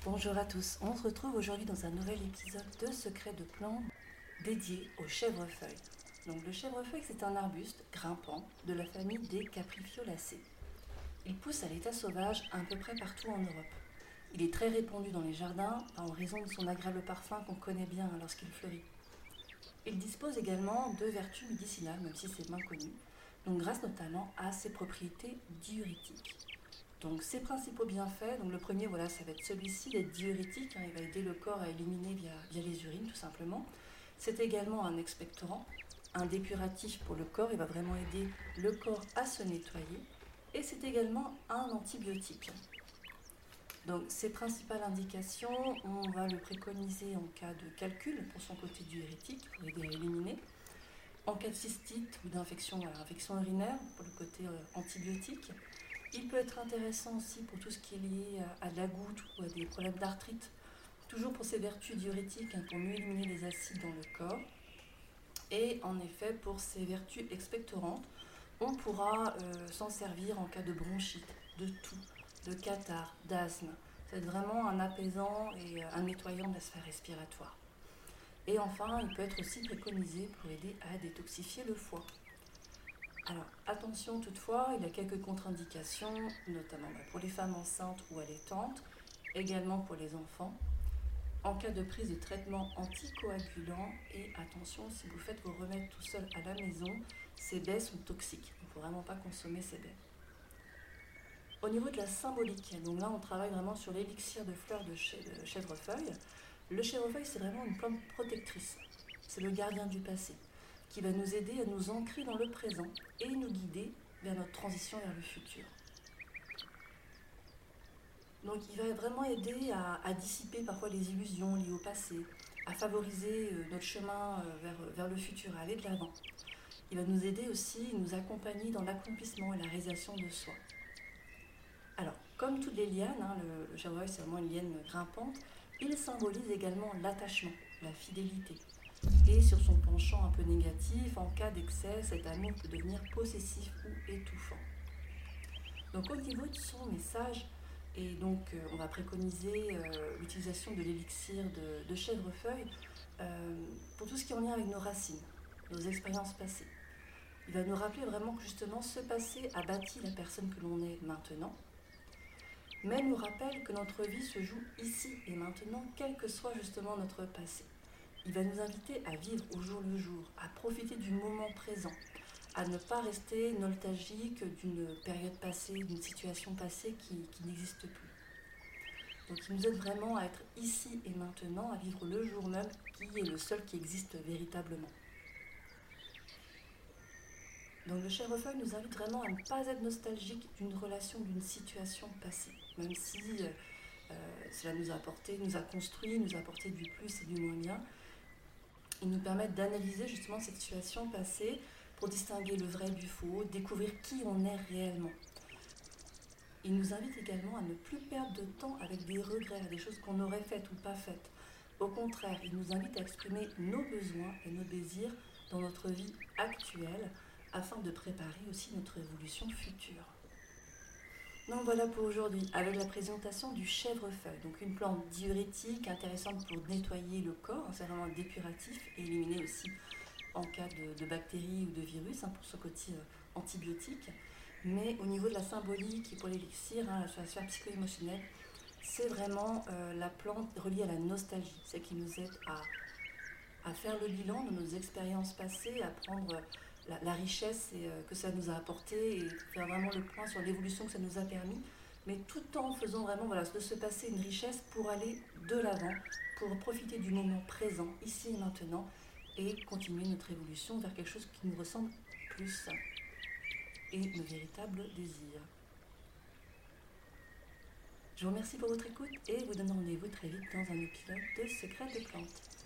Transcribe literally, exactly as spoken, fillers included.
Bonjour à tous, on se retrouve aujourd'hui dans un nouvel épisode de Secrets de plantes dédié au chèvrefeuille. Donc le chèvrefeuille, c'est un arbuste grimpant de la famille des caprifoliacées. Il pousse à l'état sauvage à peu près partout en Europe. Il est très répandu dans les jardins en raison de son agréable parfum qu'on connaît bien lorsqu'il fleurit. Il dispose également de vertus médicinales, même si c'est moins connu, donc grâce notamment à ses propriétés diurétiques. Donc ses principaux bienfaits, donc le premier voilà, ça va être celui-ci d'être diurétique, hein, il va aider le corps à éliminer via, via les urines tout simplement. C'est également un expectorant, un dépuratif pour le corps, il va vraiment aider le corps à se nettoyer. Et c'est également un antibiotique. Donc ses principales indications, on va le préconiser en cas de calcul pour son côté diurétique, pour aider à éliminer. En cas de cystite ou d'infection voilà, infection urinaire, pour le côté euh, antibiotique. Il peut être intéressant aussi pour tout ce qui est lié à de la goutte ou à des problèmes d'arthrite, toujours pour ses vertus diurétiques, hein, pour mieux éliminer les acides dans le corps. Et en effet, pour ses vertus expectorantes, on pourra euh, s'en servir en cas de bronchite, de toux, de catarrhe, d'asthme. C'est vraiment un apaisant et un nettoyant de la sphère respiratoire. Et enfin, il peut être aussi préconisé pour aider à détoxifier le foie. Alors, attention toutefois, il y a quelques contre-indications, notamment pour les femmes enceintes ou allaitantes, également pour les enfants, en cas de prise de traitement anticoagulant. Et attention, si vous faites vos remèdes tout seul à la maison, ces baies sont toxiques. Il ne faut vraiment pas consommer ces baies. Au niveau de la symbolique, donc là on travaille vraiment sur l'élixir de fleurs de chèvrefeuille. Le chèvrefeuille, c'est vraiment une plante protectrice. C'est le gardien du passé, qui va nous aider à nous ancrer dans le présent et nous guider vers notre transition vers le futur. Donc il va vraiment aider à, à dissiper parfois les illusions liées au passé, à favoriser euh, notre chemin euh, vers, vers le futur, à aller de l'avant. Il va nous aider aussi, nous accompagner dans l'accomplissement et la réalisation de soi. Alors, comme toutes les lianes, hein, le, le chèvrefeuille c'est vraiment une liane grimpante, il symbolise également l'attachement, la fidélité. Et sur son penchant un peu négatif, en cas d'excès, cet amour peut devenir possessif ou étouffant. Donc au niveau de son message, et donc euh, on va préconiser euh, l'utilisation de l'élixir de, de chèvrefeuille euh, pour tout ce qui est en lien avec nos racines, nos expériences passées. Il va nous rappeler vraiment que justement ce passé a bâti la personne que l'on est maintenant, mais nous rappelle que notre vie se joue ici et maintenant, quel que soit justement notre passé. Il va nous inviter à vivre au jour le jour, à profiter du moment présent, à ne pas rester nostalgique d'une période passée, d'une situation passée qui, qui n'existe plus. Donc il nous aide vraiment à être ici et maintenant, à vivre le jour même qui est le seul qui existe véritablement. Donc le chèvrefeuille nous invite vraiment à ne pas être nostalgique d'une relation, d'une situation passée, même si euh, cela nous a apporté, nous a construit, nous a apporté du plus et du moins bien. Ils nous permettent d'analyser justement cette situation passée pour distinguer le vrai du faux, découvrir qui on est réellement. Ils nous invitent également à ne plus perdre de temps avec des regrets, des choses qu'on aurait faites ou pas faites. Au contraire, ils nous invitent à exprimer nos besoins et nos désirs dans notre vie actuelle afin de préparer aussi notre évolution future. Donc voilà pour aujourd'hui, avec la présentation du chèvrefeuille, donc une plante diurétique intéressante pour nettoyer le corps, c'est vraiment dépuratif et éliminer aussi en cas de, de bactéries ou de virus, hein, pour ce côté euh, antibiotique. Mais au niveau de la symbolique et pour l'élixir, hein, sur la sphère psycho-émotionnelle, c'est vraiment euh, la plante reliée à la nostalgie, c'est qui nous aide à, à faire le bilan de nos expériences passées, à prendre la, la richesse et, euh, que ça nous a apporté et faire vraiment le point sur l'évolution que ça nous a permis, mais tout en faisant vraiment voilà, de se passer une richesse pour aller de l'avant, pour profiter du moment présent, ici et maintenant, et continuer notre évolution vers quelque chose qui nous ressemble plus et nos véritables désirs. Je vous remercie pour votre écoute et vous donne rendez-vous très vite dans un épisode de Secrets de plantes.